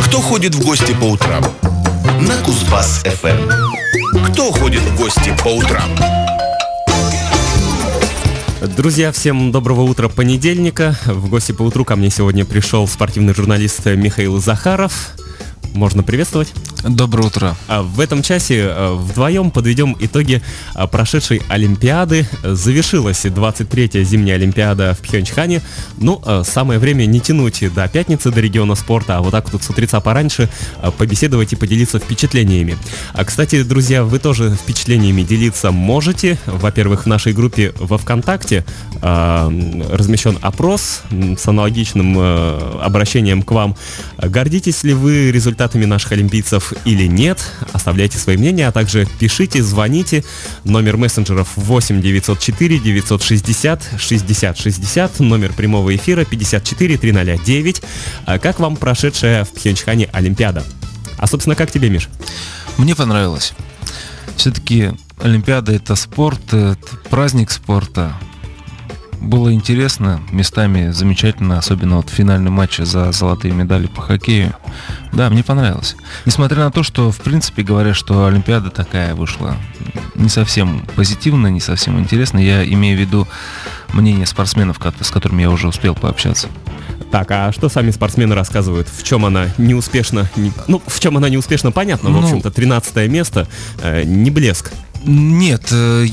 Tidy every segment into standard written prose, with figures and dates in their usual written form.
Кто ходит в гости по утрам? На Кузбасс-ФМ. Кто ходит в гости по утрам? Друзья, всем доброго утра понедельника. В гости по утру ко мне сегодня пришел спортивный журналист Михаил Захаров. Можно приветствовать. Доброе утро. В этом часе вдвоем подведем итоги прошедшей Олимпиады. Завершилась 23-я зимняя Олимпиада в Пхенчхане. Самое время не тянуть до пятницы, до региона спорта, а вот так вот с утреца пораньше побеседовать и поделиться впечатлениями. Кстати, друзья, вы тоже впечатлениями делиться можете. Во-первых, в нашей группе во ВКонтакте размещен опрос с аналогичным обращением к вам. Гордитесь ли вы результатами наших олимпийцев или нет? Оставляйте свои мнения, а также пишите, звоните. Номер мессенджеров 8 904 960 60 60, номер прямого эфира 54 309. Как вам прошедшая в Пхенчхане Олимпиада? А, собственно, как тебе, Миш? Мне понравилось. Все-таки Олимпиада — это спорт, это праздник спорта. Было интересно, местами замечательно, особенно вот финальный матч за золотые медали по хоккею. Да, мне понравилось. Несмотря на то, что, в принципе, говорят, что Олимпиада такая вышла не совсем позитивная, не совсем интересная, я имею в виду мнение спортсменов, с которыми я уже успел пообщаться. Так, а что сами спортсмены рассказывают? В чем она неуспешна? В чем она неуспешна, понятно, в общем-то, 13 место, не блеск. Нет,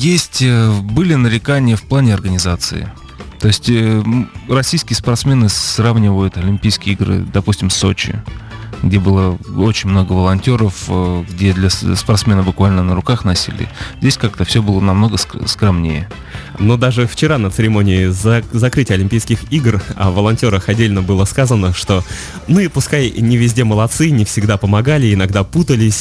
были нарекания в плане организации. То есть российские спортсмены сравнивают Олимпийские игры, допустим, с Сочи, где было очень много волонтеров, где для спортсмена буквально на руках носили. Здесь как-то все было намного скромнее. Но даже вчера на церемонии закрытия Олимпийских игр о волонтерах отдельно было сказано, что и пускай не везде молодцы, не всегда помогали, иногда путались,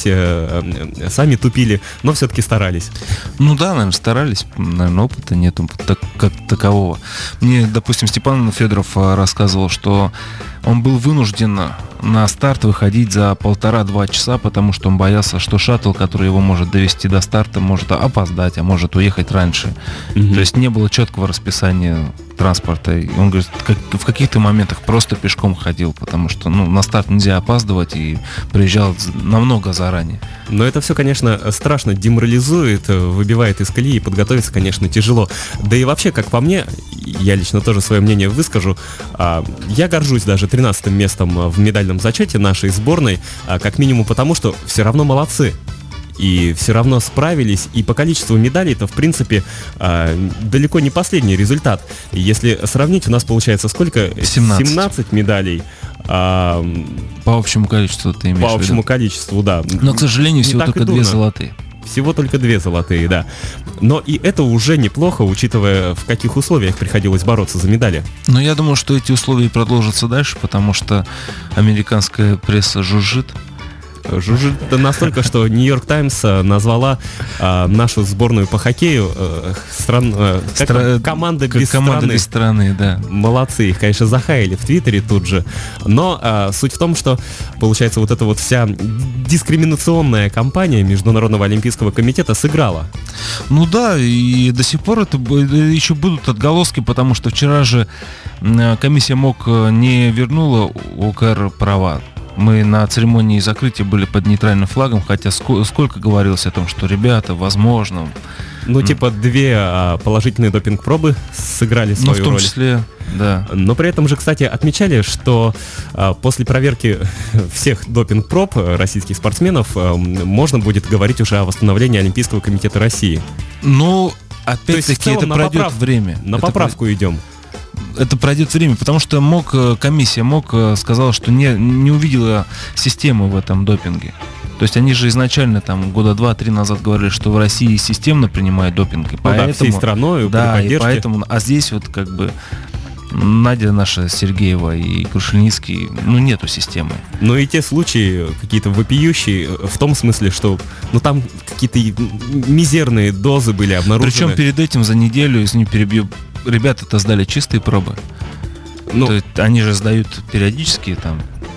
сами тупили, но все-таки старались. Наверное, старались, наверное, опыта нету как такового. Мне, допустим, Степан Федоров рассказывал, что он был вынужден на старт выходить за 1,5-2 часа, потому что он боялся, что шаттл, который его может довести до старта, может опоздать, а может уехать раньше. То есть не было четкого расписания транспорта. И он говорит, в каких-то моментах просто пешком ходил, потому что на старт нельзя опаздывать, и приезжал намного заранее. Но это все, конечно, страшно деморализует, выбивает из колеи, и подготовиться, конечно, тяжело. Да и вообще, как по мне, я лично тоже свое мнение выскажу, я горжусь даже 13-м местом в медальном зачете нашей сборной, как минимум потому, что все равно молодцы. И все равно справились, и по количеству медалей-то, в принципе, далеко не последний результат. И если сравнить, у нас получается сколько? 17 медалей. По общему количеству ты имеешь в виду? По общему количеству, да. Но, к сожалению, всего только 2 золотые. Всего только 2 золотые, да. Но и это уже неплохо, учитывая, в каких условиях приходилось бороться за медали. Но я думаю, что эти условия продолжатся дальше, потому что американская пресса жужжит. Жужжит настолько, что Нью-Йорк Таймс назвала нашу сборную по хоккею команда без страны. Да. Молодцы, их, конечно, захаяли в Твиттере тут же. Но суть в том, что, получается, вот эта вот вся дискриминационная кампания Международного олимпийского комитета сыграла. И до сих пор это еще будут отголоски, потому что вчера же комиссия МОК не вернула ОКР права. Мы на церемонии закрытия были под нейтральным флагом, хотя сколько говорилось о том, что ребята, возможно... 2 положительные допинг-пробы сыграли свою роль. В том числе, да. Но при этом же, кстати, отмечали, что после проверки всех допинг-проб российских спортсменов можно будет говорить уже о восстановлении Олимпийского комитета России. Опять-таки, это пройдет время. На поправку идем. Это пройдет время, потому что комиссия МОК сказала, что не увидела системы в этом допинге. То есть они же изначально года 2-3 назад говорили, что в России системно принимают допинг. И поэтому, всей страной, да, и поэтому, а здесь Надя наша Сергеева и Крушельницкий, нету системы. Но и те случаи какие-то вопиющие, в том смысле, что там какие-то мизерные дозы были обнаружены. Причем перед этим за неделю, если не перебью, ребята-то сдали чистые пробы. То есть они же сдают периодически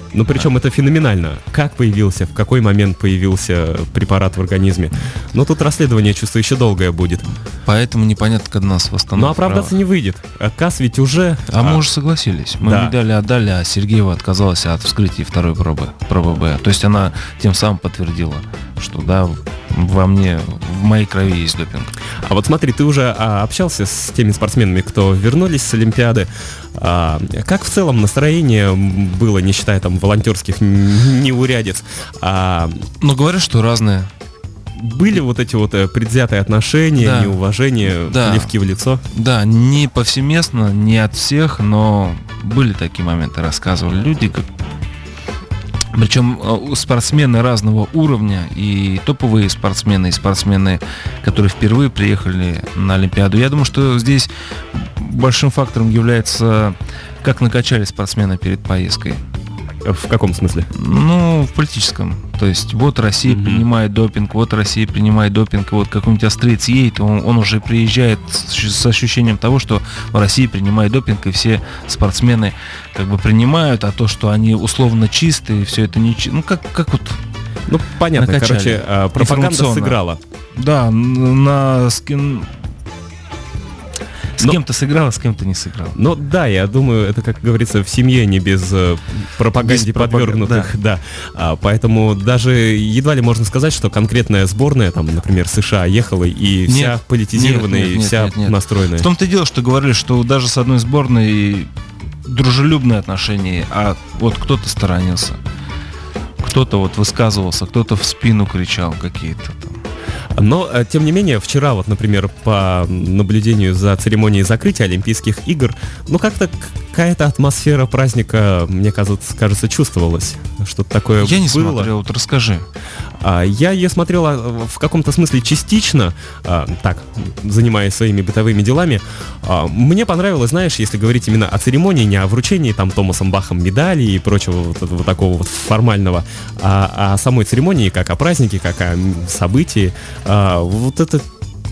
Ну, причем это феноменально. Как появился, в какой момент появился препарат в организме. Но тут расследование, чувствую, еще долгое будет. Поэтому непонятно, когда нас восстановят. Но оправдаться не выйдет. КАС ведь уже... Мы уже согласились. Мы медали отдали, а Сергеева отказалась от вскрытия второй пробы Б. То есть она тем самым подтвердила, что да, во мне, в моей крови есть допинг. А вот смотри, ты уже общался с теми спортсменами, кто вернулись с Олимпиады. Как в целом настроение было, не считая там волонтерских неурядиц? Но говорят, что разные. Были вот эти вот предвзятые отношения, да. Неуважение, плевки в лицо? Да, не повсеместно, не от всех, но были такие моменты, рассказывали люди, как... Причем спортсмены разного уровня, и топовые спортсмены, и спортсмены, которые впервые приехали на Олимпиаду. Я думаю, что здесь большим фактором является, как накачали спортсмена перед поездкой. В каком смысле? Ну, в политическом. То есть, вот Россия принимает допинг, вот Россия принимает допинг, и вот какой-нибудь австриец едет, он уже приезжает с ощущением того, что в России принимает допинг, и все спортсмены как бы принимают, а то, что они условно чистые, все это не чисто. Ну, как вот... Ну, понятно, накачали. Короче, пропаганда сыграла. Да, с кем-то сыграла, с кем-то не сыграла. Ну да, я думаю, это, как говорится, в семье не без пропаганды подвергнутых. Да. Поэтому даже едва ли можно сказать, что конкретная сборная, там, например, США ехала и вся политизированная, и вся настроенная. В том-то и дело, что говорили, что даже с одной сборной дружелюбные отношения, а вот кто-то сторонился, кто-то вот высказывался, кто-то в спину кричал какие-то там. Но, тем не менее, вчера, вот, например, по наблюдению за церемонией закрытия Олимпийских игр, ну, как-то какая-то атмосфера праздника, мне кажется, чувствовалась. Что-то такое было. Я не смотрел, вот расскажи. Я ее смотрел в каком-то смысле частично, так, занимаясь своими бытовыми делами. Мне понравилось, знаешь, если говорить именно о церемонии, не о вручении там Томасом Бахом медали и прочего вот такого вот формального, а о самой церемонии, как о празднике, как о событии. Вот это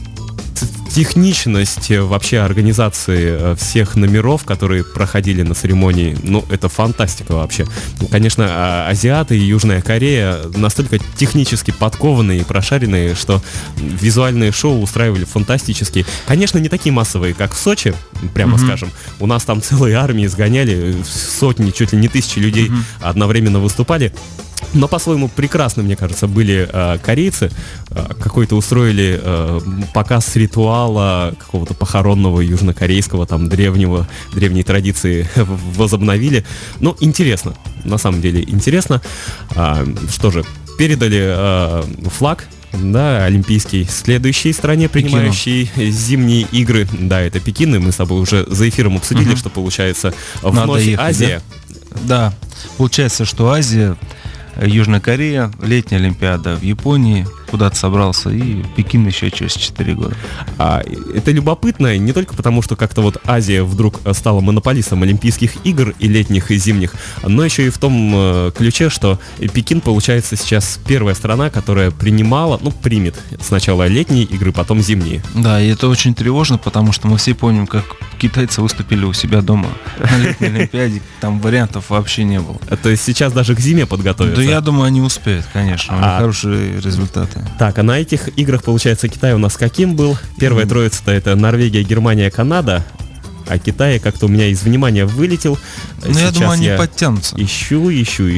техничность вообще организации всех номеров, которые проходили на церемонии, ну, это фантастика вообще. Конечно, азиаты и Южная Корея настолько технически подкованные и прошаренные, что визуальные шоу устраивали фантастические. Конечно, не такие массовые, как в Сочи, прямо скажем. У нас там целые армии сгоняли, сотни, чуть ли не тысячи людей одновременно выступали. Но по-своему прекрасно, мне кажется, были корейцы. Какой-то устроили показ ритуала какого-то похоронного южнокорейского, там, древней традиции возобновили. Ну, интересно, на самом деле интересно. Что же, передали флаг, да, олимпийский, следующей стране, принимающей зимние игры. Да, это Пекин, и мы с тобой уже за эфиром обсудили, что получается вновь ехать, Азия. Да, получается, что Азия, Южная Корея, летняя Олимпиада в Японии, куда-то собрался, и Пекин еще через 4 года. Это любопытно не только потому, что как-то вот Азия вдруг стала монополистом Олимпийских игр и летних, и зимних, но еще и в том ключе, что Пекин, получается, сейчас первая страна, которая примет сначала летние игры, потом зимние. Да, и это очень тревожно, потому что мы все помним, как китайцы выступили у себя дома на летней Олимпиаде, там вариантов вообще не было. То есть сейчас даже к зиме подготовятся? Да, я думаю, они успеют, конечно, у них хорошие результаты. Так, а на этих играх, получается, Китай у нас каким был? Первая троица-то это Норвегия, Германия, Канада. А Китай как-то у меня из внимания вылетел. Ну, я думаю, они подтянутся. Ищу.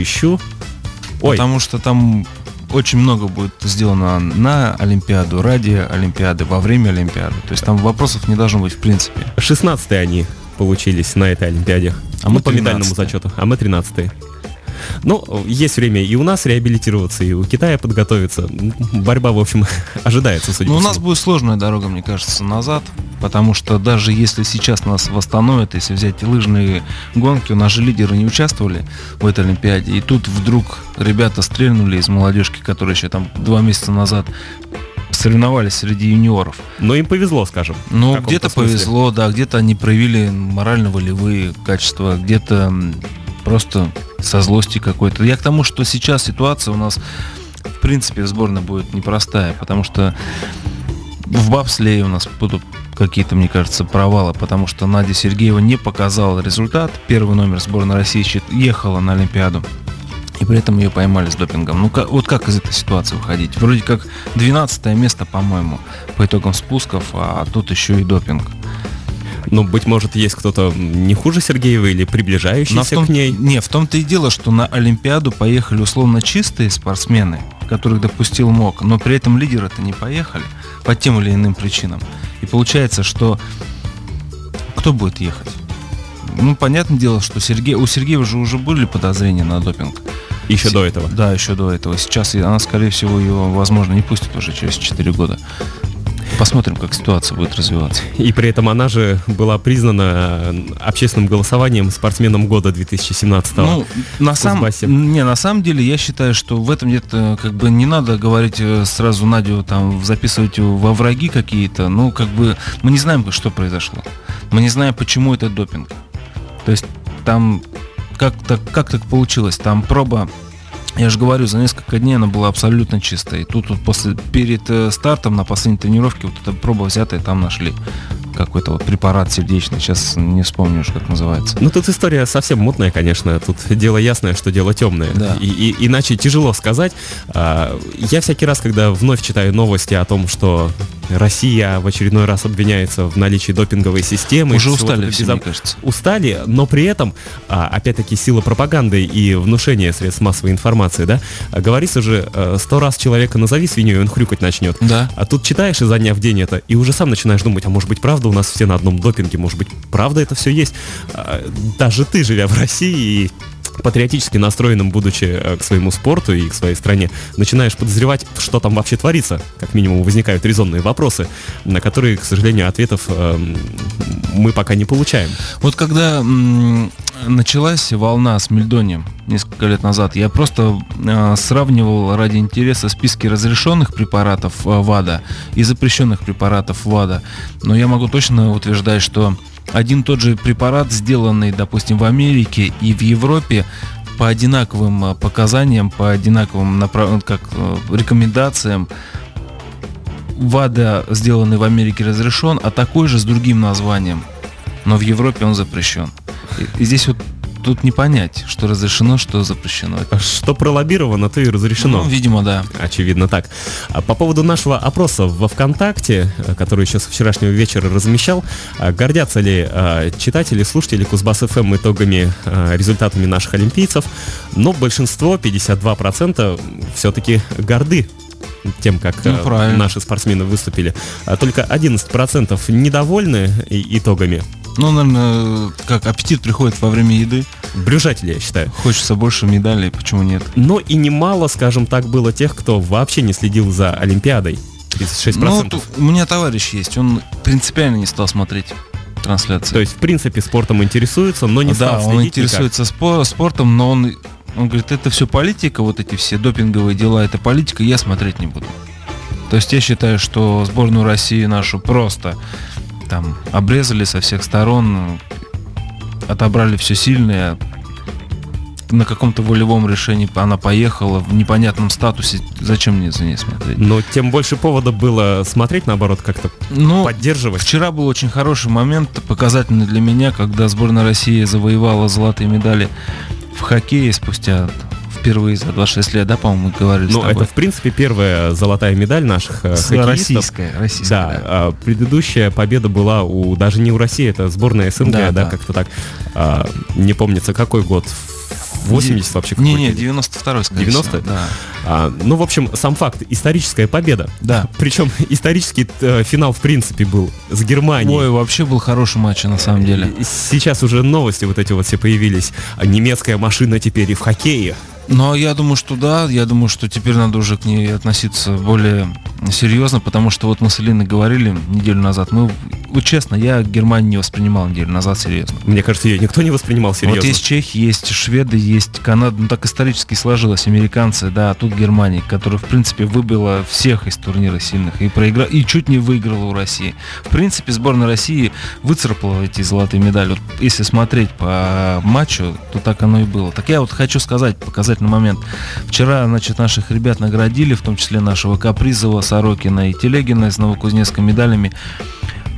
Ой. Потому что там очень много будет сделано на Олимпиаду, ради Олимпиады, во время Олимпиады. То есть там вопросов не должно быть в принципе. 16-е они получились на этой Олимпиаде. А мы по медальному зачету. А мы 13-е. Ну, есть время и у нас реабилитироваться, и у Китая подготовиться. Борьба, в общем, ожидается, судя по всему. У нас будет сложная дорога, мне кажется, назад, потому что даже если сейчас нас восстановят, если взять лыжные гонки, у нас же лидеры не участвовали в этой Олимпиаде, и тут вдруг ребята стрельнули из молодежки, которые еще там 2 месяца назад соревновались среди юниоров. Но им повезло, скажем. Ну, где-то повезло, да, где-то они проявили морально-волевые качества, где-то просто со злости какой-то. Я к тому, что сейчас ситуация у нас, в принципе, в сборной будет непростая, потому что в бобслее у нас будут какие-то, мне кажется, провалы, потому что Надя Сергеева не показала результат. Первый номер сборной России ехала на Олимпиаду. и при этом ее поймали с допингом. Ну, вот как из этой ситуации выходить? Вроде как 12 место, по-моему, по итогам спусков, а тут еще и допинг. Ну, быть может, есть кто-то не хуже Сергеевой или приближающийся к ней. Не, в том-то и дело, что на Олимпиаду поехали условно чистые спортсмены, которых допустил МОК, но при этом лидеры-то не поехали по тем или иным причинам. И получается, что кто будет ехать? Ну, понятное дело, что у Сергеева же уже были подозрения на допинг. Еще до этого? Да, еще до этого. Сейчас она, скорее всего, ее, возможно, не пустит уже через 4 года. Посмотрим, как ситуация будет развиваться. И при этом она же была признана общественным голосованием спортсменом года 2017-го. Ну, на самом деле, я считаю, что в этом где-то как бы не надо говорить сразу Надю, там, записывать во враги какие-то. Ну, как бы мы не знаем, что произошло. Мы не знаем, почему это допинг. То есть там как так получилось? Там проба, я же говорю, за несколько дней она была абсолютно чистая. И тут перед стартом на последней тренировке вот эта проба взятая, там нашли какой-то вот препарат сердечный, сейчас не вспомню уж, как называется. Ну, тут история совсем мутная, конечно. Тут дело ясное, что дело темное. Да. И иначе тяжело сказать. Я всякий раз, когда вновь читаю новости о том, что Россия в очередной раз обвиняется в наличии допинговой системы. Уже устали все, мне кажется. Устали, но при этом, опять-таки, сила пропаганды и внушения средств массовой информации, да, говорится же, 100 раз человека назови свиньей, и он хрюкать начнет. Да. А тут читаешь изо дня в день это, и уже сам начинаешь думать, а может быть, правда у нас все на одном допинге, может быть, правда это все есть. Даже ты, живя в России и патриотически настроенным, будучи к своему спорту и к своей стране, начинаешь подозревать, что там вообще творится. Как минимум возникают резонные вопросы, на которые, к сожалению, ответов мы пока не получаем. Вот когда началась волна с мельдонием несколько лет назад, я просто сравнивал ради интереса списки разрешенных препаратов ВАДА и запрещенных препаратов ВАДА. Но я могу точно утверждать, что один тот же препарат, сделанный, допустим, в Америке и в Европе, по одинаковым показаниям, по одинаковым рекомендациям, ВАДА, сделанный в Америке, разрешен, а такой же с другим названием, но в Европе он запрещен. И здесь вот тут не понять, что разрешено, что запрещено. Что пролоббировано, то и разрешено. Ну, видимо, да. Очевидно так. По поводу нашего опроса во ВКонтакте, который еще с вчерашнего вечера размещал, гордятся ли читатели, слушатели Кузбасс-ФМ итогами, результатами наших олимпийцев? Но большинство, 52%, все-таки горды тем, как наши спортсмены выступили. Только 11% недовольны итогами. Ну, наверное, как аппетит приходит во время еды. Брюжатели, я считаю. Хочется больше медалей, почему нет? Но и немало, скажем так, было тех, кто вообще не следил за Олимпиадой. 36%. Ну, у меня товарищ есть, он принципиально не стал смотреть трансляции. То есть, в принципе, спортом интересуется, но не стал следить. Да, он интересуется спортом, но он говорит, это все политика, вот эти все допинговые дела, это политика, я смотреть не буду. То есть я считаю, что сборную России нашу просто там обрезали со всех сторон, отобрали все сильное. На каком-то волевом решении она поехала в непонятном статусе. Зачем мне за ней смотреть? Но тем больше повода было смотреть, наоборот, как-то поддерживать. Вчера был очень хороший момент, показательный для меня, когда сборная России завоевала золотые медали в хоккее спустя впервые за 26 лет, да, по-моему, мы говорили. Ну, это, в принципе, первая золотая медаль наших хоккеистов. Российская. Да, предыдущая победа была даже не у России, это сборная СНГ, да, как-то так. Не помнится, какой год. 80 вообще какой-то? Не, 92-й, скорее 90? Да. Ну, в общем, сам факт, историческая победа. Да. Причем исторический финал, в принципе, был с Германией. Ой, вообще был хороший матч, на самом деле. Сейчас уже новости вот эти вот все появились. Немецкая машина теперь и в хоккее. Но я думаю, что да, я думаю, что теперь надо уже к ней относиться более серьезно, потому что вот мы с Элиной говорили неделю назад, вот честно, я Германию не воспринимал неделю назад серьезно. Мне кажется, ее никто не воспринимал серьезно. Вот есть чехи, есть шведы, есть Канада, ну так исторически сложилось, американцы, да, а тут Германия, которая, в принципе, выбила всех из турнира сильных и проиграла, и чуть не выиграла у России. В принципе, сборная России выцарапала эти золотые медали. Вот, если смотреть по матчу, то так оно и было. Так я вот хочу сказать, показательный момент. Вчера, значит, наших ребят наградили, в том числе нашего Капризова, Сорокина и Телегина из Новокузнецка медалями.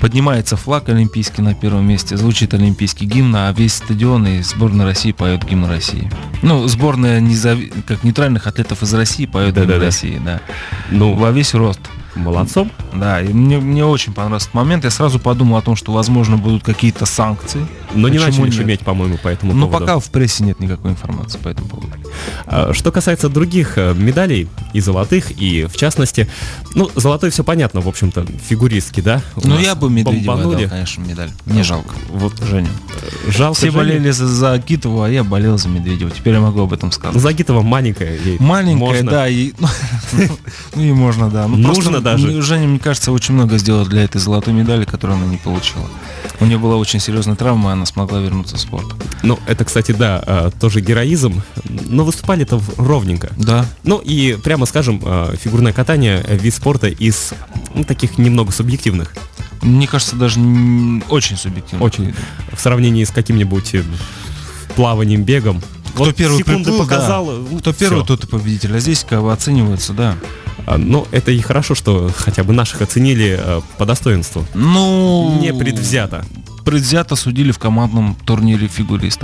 поднимается флаг олимпийский на первом месте, звучит олимпийский гимн, а весь стадион и сборная России поет гимн России. Ну, сборная как нейтральных атлетов из России поет гимн России, да. Ну, во весь рост. Молодцом. Да, и мне очень понравился этот момент. Я сразу подумал о том, что, возможно, будут какие-то санкции. Но не начали нет? шуметь, по-моему, по этому Но поводу. пока в прессе нет никакой информации по этому поводу. Что касается других медалей, и золотых, и в частности, ну, золотой все понятно, в общем-то, фигуристский, да? Ну, я бы Медведеву бомбанули. отдал, конечно, медаль. Мне жалко. Вот Женя. жалко Все Женю. болели за Гитову, а я болел за Медведева. Теперь я могу об этом сказать. Загитова маленькая. Ей Маленькая, можно. да, и ну и можно, да. Ну, Нужно просто даже. Женя, мне кажется, очень много сделала для этой золотой медали, которую она не получила. У нее была очень серьезная травма, и она смогла вернуться в спорт. Ну, это, кстати, да, тоже героизм, но выступали-то ровненько. Да. Ну и, прямо скажем, фигурное катание — вид спорта из таких немного субъективных. Мне кажется, даже очень субъективно. Очень. В сравнении с каким-нибудь плаванием, бегом. Кто Вот первый секунды приплыл, показал. да. Кто первый, тот и победитель. А здесь как бы оценивается, да. Ну, это и хорошо, что хотя бы наших оценили по достоинству. Ну... Не предвзято. Предвзято судили в командном турнире фигуристов.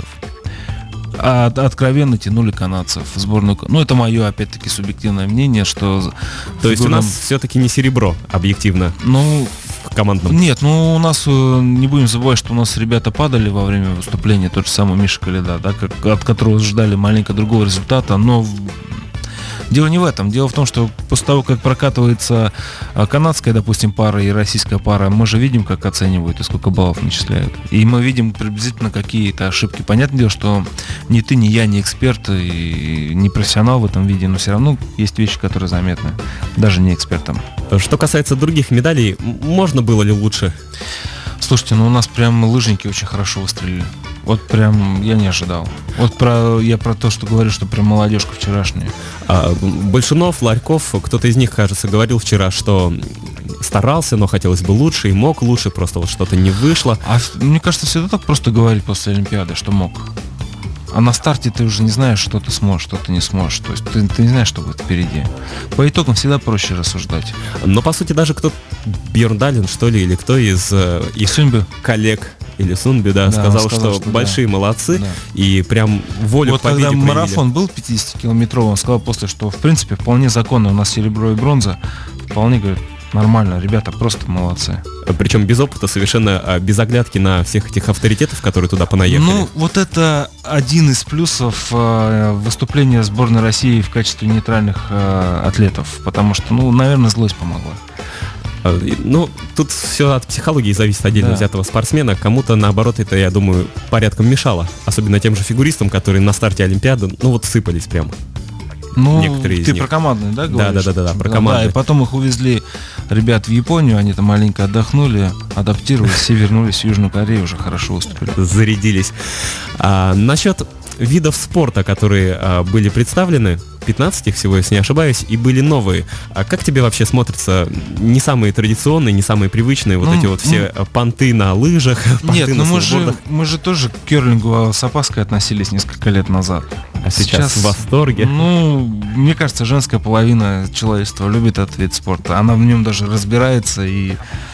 А откровенно тянули канадцев в сборную. Ну, это мое, опять-таки, субъективное мнение, что... То есть у нас все-таки не серебро, объективно, Ну, в командном. нет, ну у нас, не будем забывать, что у нас ребята падали во время выступления, тот же самый Миша Коляда, да, от которого ждали маленько другого результата, но дело не в этом. Дело в том, что после того, как прокатывается канадская, допустим, пара и российская пара, мы же видим, как оценивают и сколько баллов начисляют. И мы видим приблизительно какие-то ошибки. Понятное дело, что ни ты, ни я не эксперт и не профессионал в этом виде, но все равно есть вещи, которые заметны, даже не экспертам. Что касается других медалей, можно было ли лучше? Слушайте, ну у нас прям лыжники очень хорошо выстрелили. Вот прям я не ожидал. Вот я про то, что говорю, что прям молодежка вчерашняя. Большунов, Ларьков, кто-то из них, кажется, говорил вчера, что старался, но хотелось бы лучше и мог лучше, просто вот что-то не вышло. А мне кажется, всегда так просто говорить после Олимпиады, что мог. А на старте ты уже не знаешь, что ты сможешь, что ты не сможешь. То есть ты не знаешь, что будет впереди. По итогам всегда проще рассуждать. Но, по сути, даже кто Бьерн Даллен, что ли, или кто из их Суньбе. коллег, или Сунби, да, Да, сказал, сказал, что что большие да. молодцы, Да. и прям волю Вот к победе когда проявили. марафон был 50-километровый, он сказал после, что в принципе вполне законно, у нас серебро и бронза. Вполне, говорит, нормально, ребята просто молодцы. Причем без опыта, совершенно без оглядки на всех этих авторитетов, которые туда понаехали. Ну, вот это один из плюсов выступления сборной России в качестве нейтральных атлетов, потому что, ну, наверное, злость помогла. Ну, тут все от психологии зависит отдельно Да. взятого спортсмена. Кому-то, наоборот, это, я думаю, порядком мешало. Особенно тем же фигуристам, которые на старте Олимпиады, ну вот сыпались прямо. Ну, Некоторые из ты них. про командные, да, говоришь? Да, про командные. Да, и потом их увезли ребят в Японию, они там маленько отдохнули, адаптировались, все вернулись в Южную Корею, уже хорошо выступили. Зарядились. Насчет видов спорта, которые были представлены, 15 их всего, если не ошибаюсь, и были новые. А как тебе вообще смотрятся не самые традиционные, не самые привычные вот эти вот все понты на лыжах, понты Нет, на ну сноубордах? мы же тоже к керлингу с опаской относились несколько лет назад. А сейчас в восторге. Ну, мне кажется, женская половина человечества любит этот вид спорта. Она в нем даже разбирается, и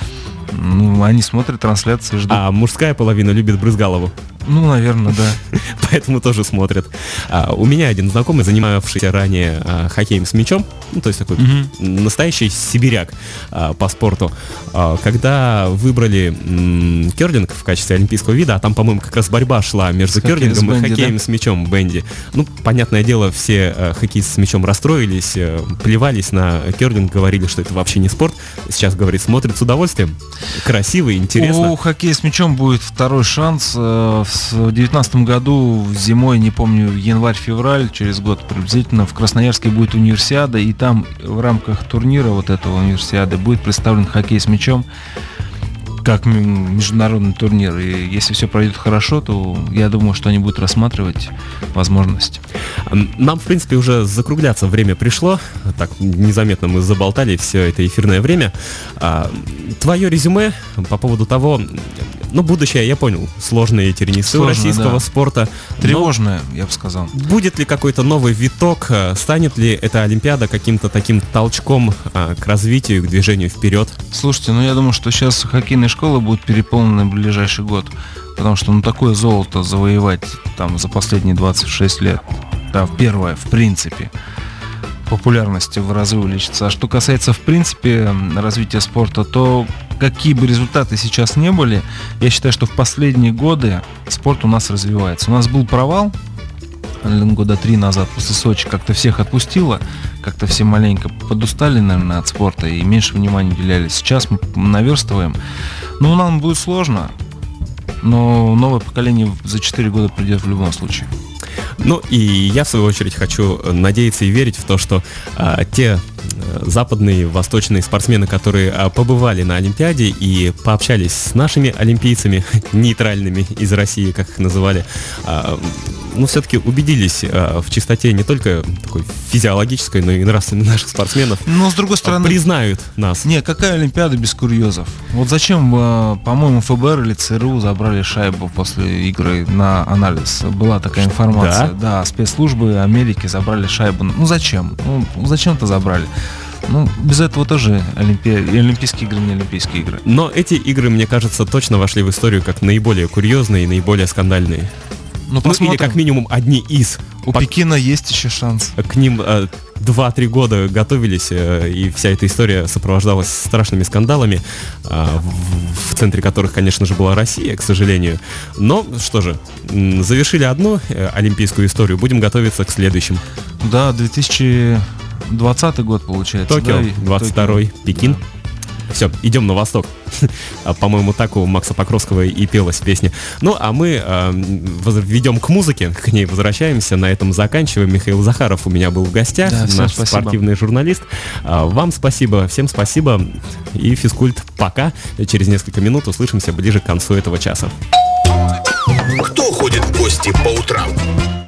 они смотрят трансляции и ждут. А мужская половина любит брызгалову. Ну, наверное, да. Поэтому тоже смотрят. У меня один знакомый, занимавшийся ранее хоккеем с мячом, ну, то есть такой настоящий сибиряк по спорту, когда выбрали керлинг в качестве олимпийского вида, а там, по-моему, как раз борьба шла между керлингом и хоккеем с мячом бенди. Ну, понятное дело, все хоккеисты с мячом расстроились, плевались на керлинг, говорили, что это вообще не спорт. Сейчас, говорит, смотрят с удовольствием. Красиво, интересно. У хоккея с мячом будет второй шанс. В 2019 году зимой, не помню, январь-февраль, через год приблизительно, в Красноярске будет универсиада, и там в рамках турнира вот этого универсиады будет представлен хоккей с мячом как международный турнир. И если все пройдет хорошо, то я думаю, что они будут рассматривать возможность. Нам, в принципе, уже закругляться время пришло. Так незаметно мы заболтали все это эфирное время. Твое резюме по поводу того, будущее, я понял, сложные тернисты у российского спорта. Тревожное, я бы сказал. Будет ли какой-то новый виток? Станет ли эта Олимпиада каким-то таким толчком к развитию, к движению вперед? Слушайте, я думаю, что сейчас хоккейные школы будут переполнены в ближайший год. Потому что такое золото завоевать там за последние 26 лет, да, первое, в принципе, популярности в разы увеличится. А что касается, в принципе, развития спорта, то какие бы результаты сейчас не были, я считаю, что в последние годы спорт у нас развивается. У нас был провал года 3 назад после Сочи, как-то всех отпустило, как-то все маленько подустали, наверное, от спорта и меньше внимания уделяли. Сейчас мы наверстываем. Нам будет сложно, но новое поколение за 4 года придет в любом случае. И я, в свою очередь, хочу надеяться и верить в то, что те западные, восточные спортсмены, которые побывали на Олимпиаде и пообщались с нашими олимпийцами, нейтральными из России, как их называли, все-таки убедились в чистоте не только такой физиологической, но и нравственной наших спортсменов. Но, с другой стороны, признают нас. Не, какая Олимпиада без курьезов? Зачем, по-моему, ФБР или ЦРУ забрали шайбу после игры на анализ? Была такая информация. Да, спецслужбы Америки забрали шайбу. Зачем? Зачем-то забрали. Без этого тоже Олимпийские игры, не Олимпийские игры. Но эти игры, мне кажется, точно вошли в историю как наиболее курьезные и наиболее скандальные. Или как минимум одни из. У Пекина есть еще шанс. К ним 2-3 года готовились, и вся эта история сопровождалась страшными скандалами, в центре которых, конечно же, была Россия, к сожалению. Но, что же, завершили одну олимпийскую историю, будем готовиться к следующим. Да, 2020 год, получается. Токио, 22-й, Пекин. Да. Все, идем на восток. По-моему, так у Макса Покровского и пелась песня. А мы ведем к музыке, к ней возвращаемся, на этом заканчиваем. Михаил Захаров у меня был в гостях, наш спортивный журналист. Вам спасибо, всем спасибо. И физкульт пока. Через несколько минут услышимся ближе к концу этого часа. Кто ходит в гости по утрам?